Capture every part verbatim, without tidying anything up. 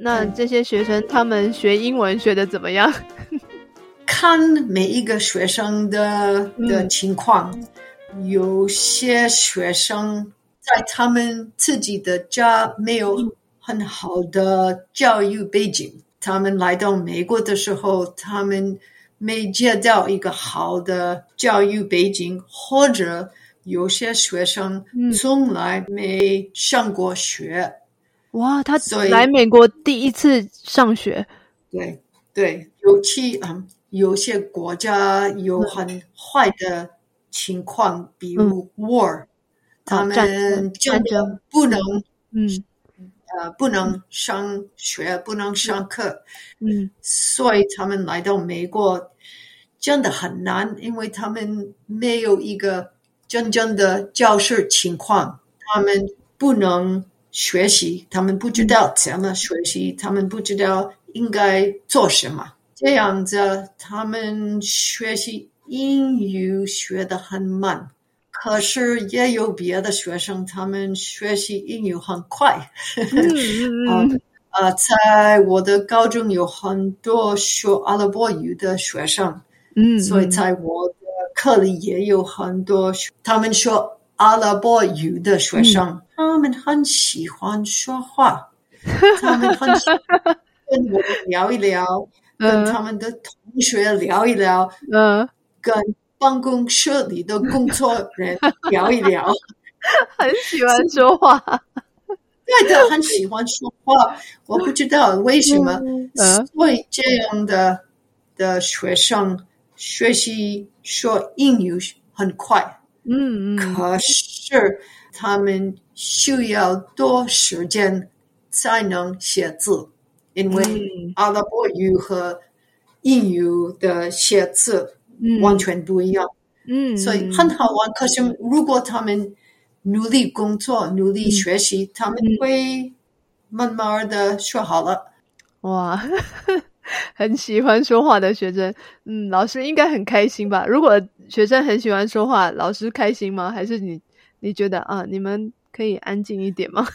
那这些学生他们学英文学得怎么样？ 看每一个学生的的情况、嗯、有些学生在他们自己的家没有很好的教育背景、嗯、他们来到美国的时候他们没接到一个好的教育背景，或者有些学生从来没上过学、 嗯、哇，他来美国第一次上学。 对对，尤其嗯有些国家有很坏的情况、嗯、比如 war、嗯、他们真的不能嗯呃不能上学、嗯、不能上课，嗯，所以他们来到美国真的很难，因为他们没有一个真正的教室情况，他们不能学习，他们不知道怎么学习、嗯、他们不知道应该做什么，这样子他们学习英语学得很慢，可是也有别的学生他们学习英语很快。嗯嗯呃，在我的高中有很多说阿拉伯语的学生，嗯，所以在我的课里也有很多他们说阿拉伯语的学生、嗯、他们很喜欢说话，他们很喜欢跟我聊一聊、嗯、跟他们的同学聊一聊，嗯，跟办公室里的工作人聊一聊。 很喜欢说话。 对的，很喜欢说话，我不知道为什么，嗯、所以这样的的学生学习说英语很快，嗯嗯，可是他们需要多时间才能写字，因为阿拉伯语和英语的写字完全不一样，嗯，所以很好玩。可是如果他们努力工作，努力学习、嗯、他们会慢慢的说好了。 哇，很喜欢说话的学生，嗯，老师应该很开心吧？如果学生很喜欢说话，老师开心吗？还是你你觉得啊，你们可以安静一点吗？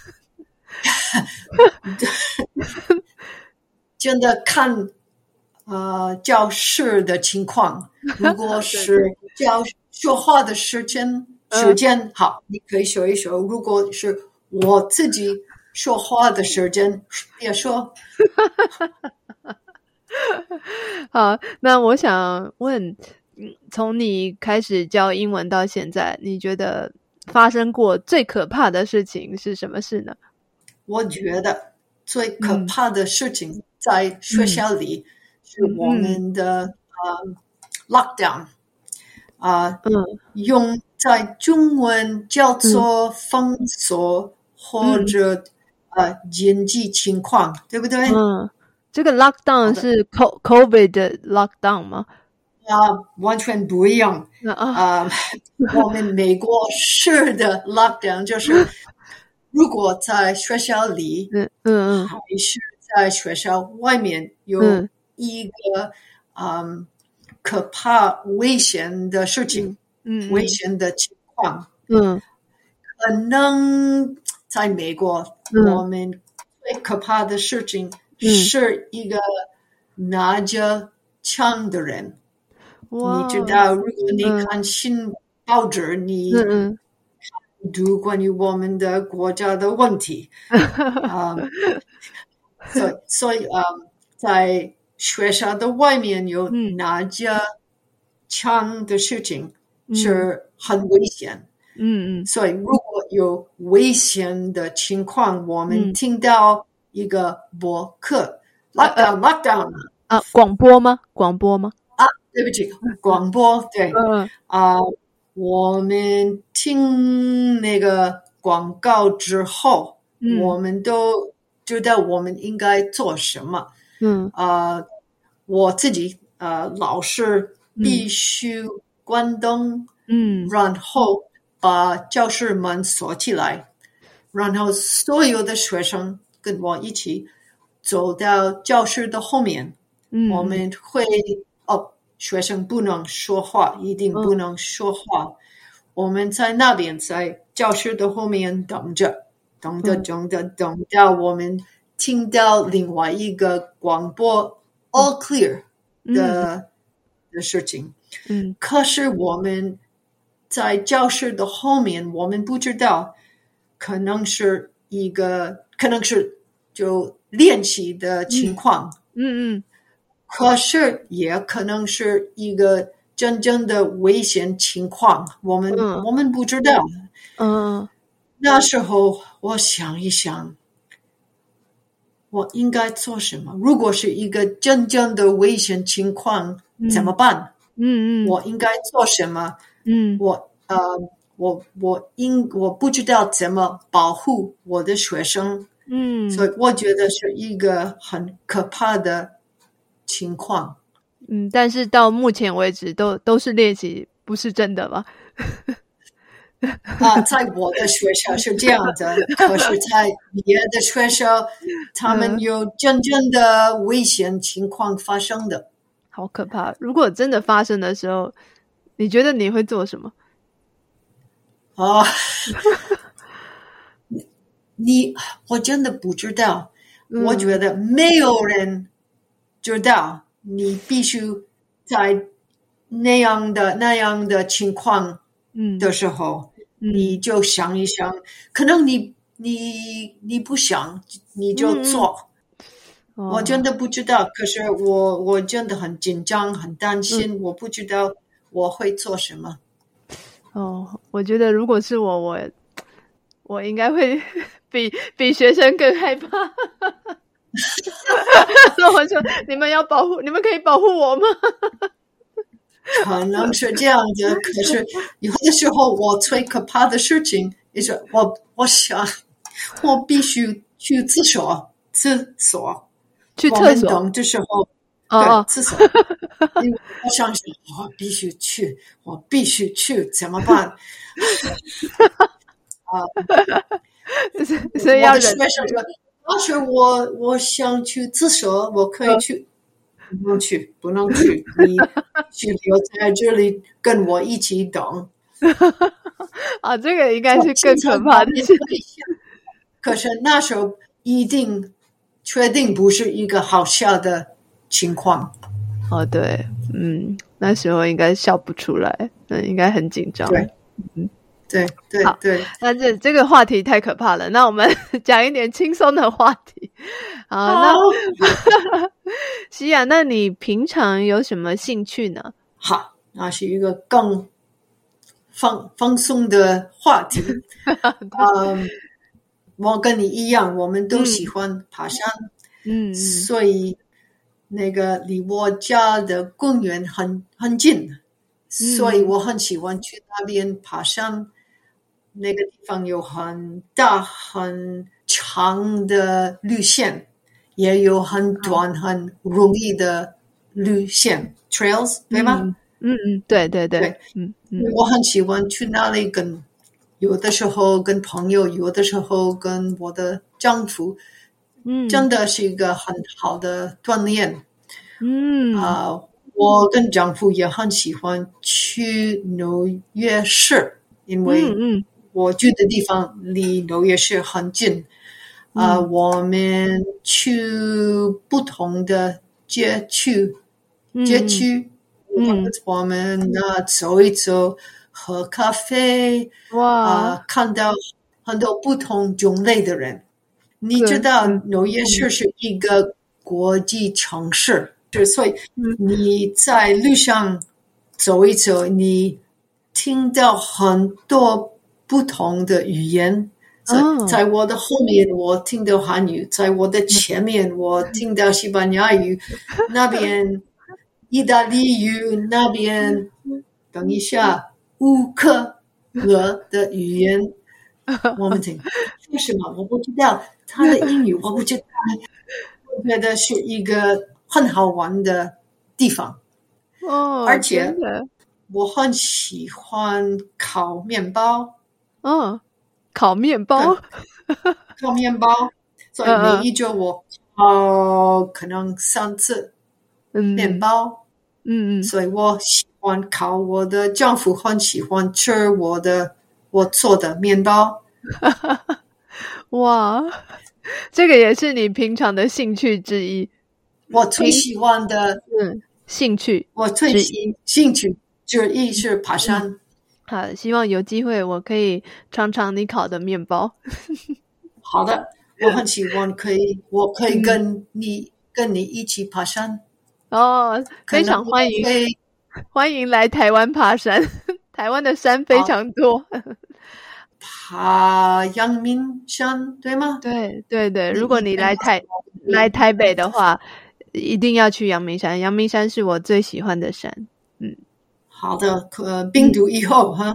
真的看呃教室的情况，如果是教说话的时间时间好，你可以说一说。如果是我自己说话的时间，别说。 好，那我想问，从你开始教英文到现在，你觉得发生过最可怕的事情是什么事呢？ 我觉得最可怕的事情在学校里、嗯、是我们的、嗯呃、lockdown 啊、呃嗯，用在中文叫做封锁、嗯、或者、嗯、呃紧急情况，对不对？ 嗯，这个 lockdown 是 COVID 的 lockdown 吗？ 啊、呃，完全不一样。啊、呃，我们美国式的 lockdown 就是如果在学校里，嗯嗯嗯，还是在学校外面有一个嗯。嗯可怕危险的事情，嗯，危险的情况，嗯，可能在美国、嗯、我们最可怕的事情是一个拿着枪的人、嗯、你知道如果你看新报纸、嗯、你读关于我们的国家的问题嗯，所以所以嗯，在学校的外面有拿着枪的事情是很危险，嗯嗯，所以如果有危险的情况，我们听到一个播客、嗯、lockdown lockdown 啊，广播吗？广播吗？ 啊，对不起，广播，对，嗯啊、呃，我们听那个广告之后，嗯、我们都知道我们应该做什么，嗯啊、呃，我自己呃老师必须关灯，嗯，然后把教室门锁起来，然后所有的学生跟我一起走到教室的后面，嗯，我们会哦，学生不能说话，一定不能说话，嗯，我们在那边在教室的后面等着，等着等着等到我们听到另外一个广播 all clear 的、嗯、的事情。 嗯， 可是我们在教室的后面，我们不知道，可能是一个，可能是就练习的情况。 嗯嗯， 可是也可能是一个真正的危险情况，我们、嗯、我们不知道。 嗯， 那时候我想一想，我应该做什么？如果是一个真正的危险情况，嗯、怎么办？ 嗯嗯， 我应该做什么？ 嗯， 我呃，我我应我不知道怎么保护我的学生。 嗯， 所以我觉得是一个很可怕的情况。 嗯，但是到目前为止都都是练习，不是真的吧？ 啊，在我的学校是这样的，可是在别的学校，他们有真正的危险情况发生的。 嗯、好可怕！如果真的发生的时候，你觉得你会做什么？ 哦，你我真的不知道、嗯。我觉得没有人知道，你必须在那样的那样的情况的时候。嗯你就想一想，可能你你你不想，你就做。嗯、我真的不知道，可是我我真的很紧张，很担心、嗯，我不知道我会做什么。 哦，我觉得如果是我，我我应该会比比学生更害怕。我说你们要保护，你们可以保护我吗？ 可能是这样的，可是有的时候我最可怕的事情就是我我想我必须去厕所，厕所去厕所。 我们等的时候， 哦， 对，厕所。我想想，我必须去，我必须去，怎么办？啊， 所以要忍。 要是我我想去厕所，我可以去。不能去，不能去，你去留在这里跟我一起等。 啊，这个应该是更可怕的事。 可是那时候一定确定不是一个好笑的情况。 哦，对，嗯，那时候应该笑不出来，嗯，应该很紧张。 对，嗯。对对对， 那这这个话题太可怕了。那我们讲一点轻松的话题。好，那西雅，那你平常有什么兴趣呢？ 好，那是一个更放放松的话题。嗯，我跟你一样，我们都喜欢爬山。 嗯， 所以那个离我家的公园很很近，嗯、所以我很喜欢去那边爬山。那个地方有很大很长的路线，也有很短很容易的路线 trails， 对吗？ 嗯嗯，对对对，对嗯嗯， 我很喜欢去那里跟，有的时候跟朋友，有的时候跟我的丈夫，嗯，真的是一个很好的锻炼。 嗯啊、呃，我跟丈夫也很喜欢去纽约市，因为嗯。嗯我住的地方离纽约市很近，啊、呃嗯，我们去不同的街区，嗯、街区，嗯，我们那走一走，喝咖啡， 哇， 啊、呃，看到很多不同种类的人。你知道纽约市是一个国际城市，嗯、所以你在路上走一走，你听到很多不同的语言，在、oh. 在我的后面我听到韩语，在我的前面我听到西班牙语，那边意大利语，那边等一下乌克兰的语言，我们听为什么我不知道他的英语，我不知道，我觉得是一个很好玩的地方哦， oh, 而且我很喜欢烤面包。 嗯，烤面包， 烤面包，所以每一周我烤可能三次面包， 嗯嗯， 所以我喜欢烤，我的丈夫很喜欢吃我的我做的面包。 哇， 这个也是你平常的兴趣之一。 我最喜欢的嗯兴趣我最喜兴趣之一是爬山。 嗯好，希望有机会我可以尝尝你烤的面包。 好的，我很喜欢可以我可以跟你、嗯、跟你一起爬山。 哦，非常欢迎欢迎来台湾爬山。台湾的山非常多。 爬阳明山对吗？ 对对对，如果你来台来台北的话，一定要去阳明山。阳明山是我最喜欢的山。嗯， 好的，呃，病毒以后哈。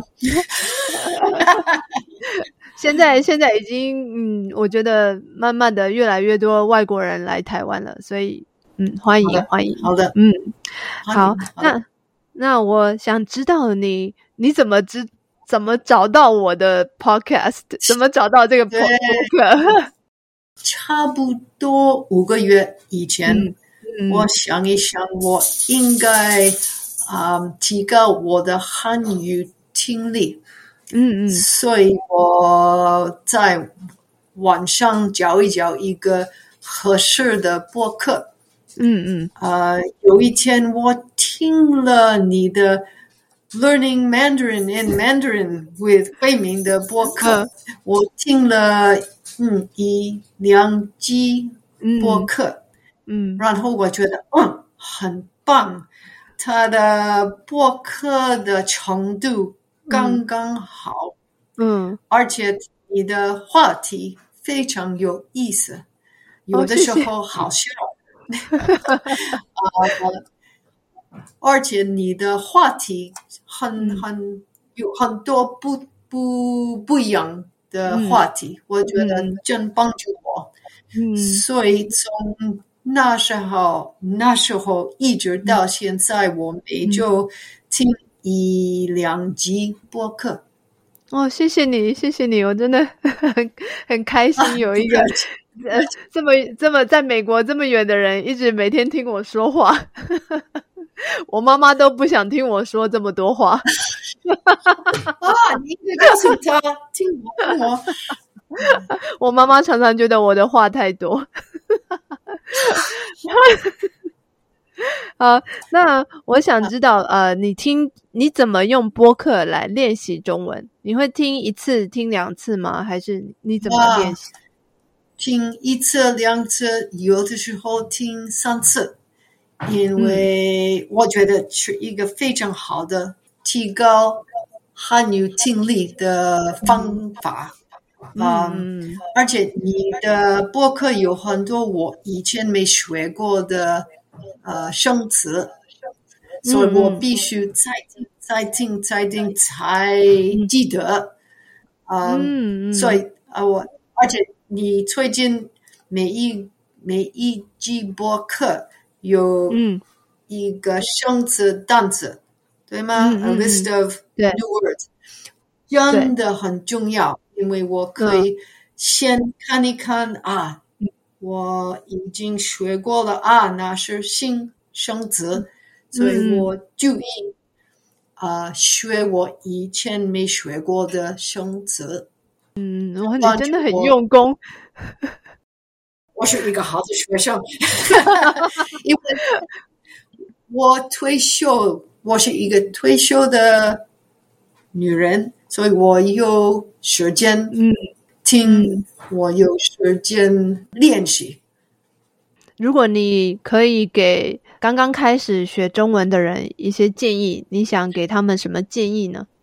现在现在已经嗯，我觉得慢慢的越来越多外国人来台湾了，所以嗯，欢迎欢迎。 好的， 嗯，好，那那我想知道你你怎么知怎么找到我的 podcast， 怎么找到这个 podcast？ 差不多五个月以前，嗯嗯、我想一想，我应该啊、呃、提高我的汉语听力。 嗯嗯， 所以我在网上找一找一个合适的播客。 嗯嗯， 呃，有一天我听了你的 Learning Mandarin in Mandarin with 慧明的播客，嗯、我听了嗯一两集播客，嗯，然后我觉得嗯很棒，他的播客的程度刚刚好，嗯，而且你的话题非常有意思，有的时候好笑，哦、谢谢呃，而且你的话题很很有很多不不不一样的话题，嗯、我觉得真帮助我，嗯，所以从那时候那时候一直到现在，我每周听一两集播客。 哦，谢谢你，谢谢你，我真的很很开心有一个、啊、呃这么这么在美国这么远的人一直每天听我说话。我妈妈都不想听我说这么多话。 啊，你应该告诉他听我听我。 我妈妈常常觉得我的话太多。好，那我想知道，呃，你听你怎么用播客来练习中文？你会听一次、听两次吗？还是你怎么练习？ 听一次、两次，有的时候听三次，因为我觉得是一个非常好的提高汉语听力的方法。嗯，嗯而且你的播客有很多我以前没学过的呃生词，所以我必须再听、再听、再听才记得。嗯，嗯所以啊、呃，我而且你最近每一每一集播客有一个生词单词，对吗？嗯嗯 ？A list of new words， 真的很重要。因为我可以先看一看、嗯、啊，我已经学过了啊，那是新生词，所以我注意啊、呃，学我以前没学过的生词。 嗯，哇，你真的很用功。 我是一个好的学生，因为我退休，我是一个退休的女人，所以我有时间听，我有时间练习。 如果你可以给刚刚开始学中文的人一些建议，你想给他们什么建议呢？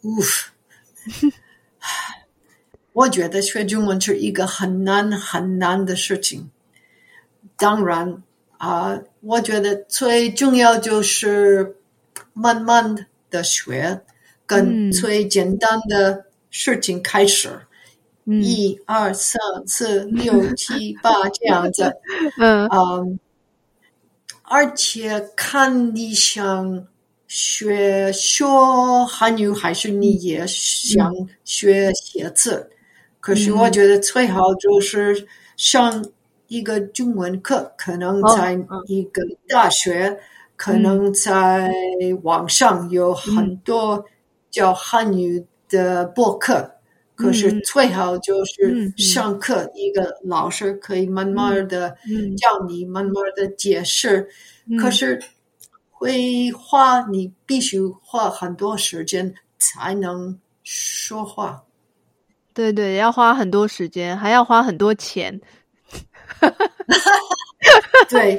我觉得学中文是一个很难很难的事情。当然啊、呃，我觉得最重要就是慢慢的学，跟最简单的事情开始。嗯、一二三四六七八这样子。嗯、呃，而且看你想学说汉语，还是你也想学写字。嗯、可是我觉得最好就是上一个中文课，可能在一个大学，哦、可能在网上有很多教汉语的播客。 可是最好就是上课，一个老师可以慢慢的教你，慢慢的解释。可是会花，你必须花很多时间才能说话。 对对，要花很多时间，还要花很多钱。 对。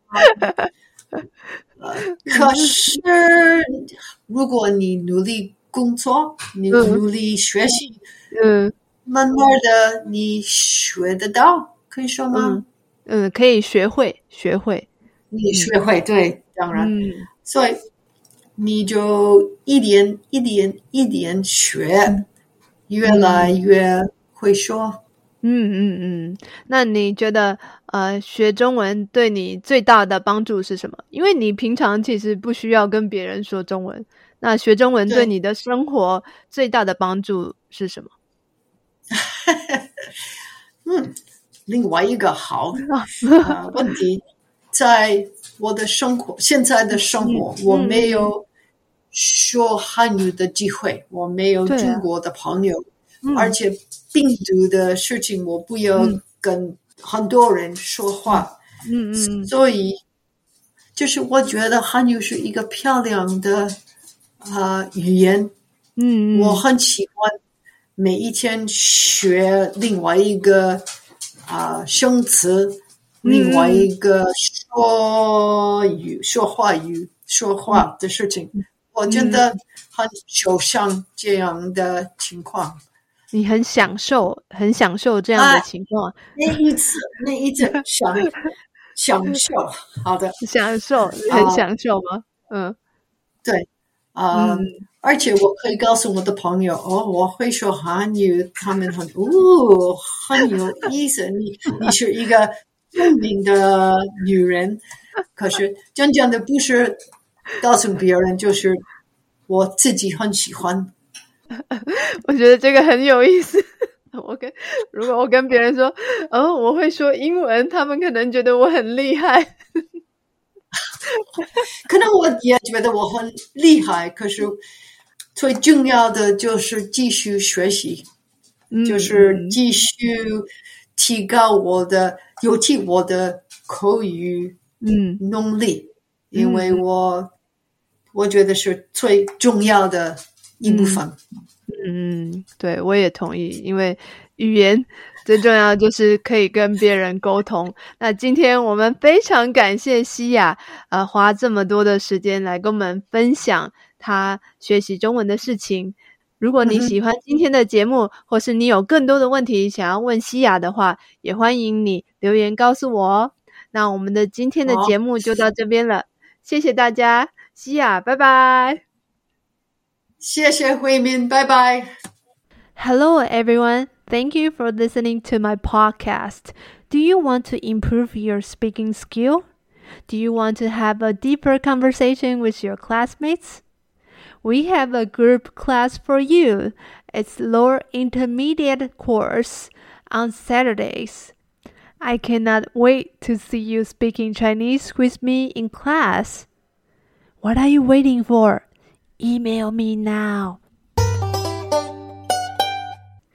呃，可是如果你努力工作，你努力学习，嗯，慢慢的你学得到，可以说吗？ 嗯，嗯可以学会，学会， 你学会，嗯、对，当然，嗯，所以你就一点一点一点学，嗯、越来越会说。 嗯嗯嗯，那你觉得呃学中文对你最大的帮助是什么？因为你平常其实不需要跟别人说中文，那学中文对你的生活最大的帮助是什么？ 嗯，另外一个好呃问题，在我的生活现在的生活，嗯、我没有说汉语的机会，我没有中国的朋友，啊、而且病毒的事情我不要跟很多人说话，嗯嗯，所以就是我觉得汉语是一个漂亮的呃语言，嗯，我很喜欢每一天学另外一个啊、呃、生词，另外一个说语、说话语、说话的事情，我觉得很受伤这样的情况。 你很享受，很享受这样的情况。啊、 那一次，那一次享享受，好的， 享受，很享受吗？呃、嗯， 对，啊、呃嗯，而且我可以告诉我的朋友，哦，我会说汉语，他们很哦，很有意思。你你是一个聪明的女人，可是真正的不是告诉别人，就是我自己很喜欢。 我觉得这个很有意思。我跟如果我跟别人说，哦，我会说英文，他们可能觉得我很厉害。 可能我也觉得我很厉害，可是最重要的就是继续学习，嗯、就是继续提高我的，尤其我的口语嗯能力，嗯、因为我、嗯、我觉得是最重要的一部分。 嗯，嗯对，我也同意，因为语言最重要就是可以跟别人沟通。那今天我们非常感谢西雅呃，花这么多的时间来跟我们分享她学习中文的事情。如果你喜欢今天的节目，或是你有更多的问题想要问西雅的话，也欢迎你留言告诉我哦。那我们的今天的节目就到这边了，谢谢大家，西雅，拜拜。 谢谢慧敏，拜拜。 Hello everyone, thank you for listening to my podcast. Do you want to improve your speaking skill? Do you want to have a deeper conversation with your classmates? We have a group class for you. It's lower intermediate course on Saturdays. I cannot wait to see you speaking Chinese with me in class. What are you waiting for? Email me now.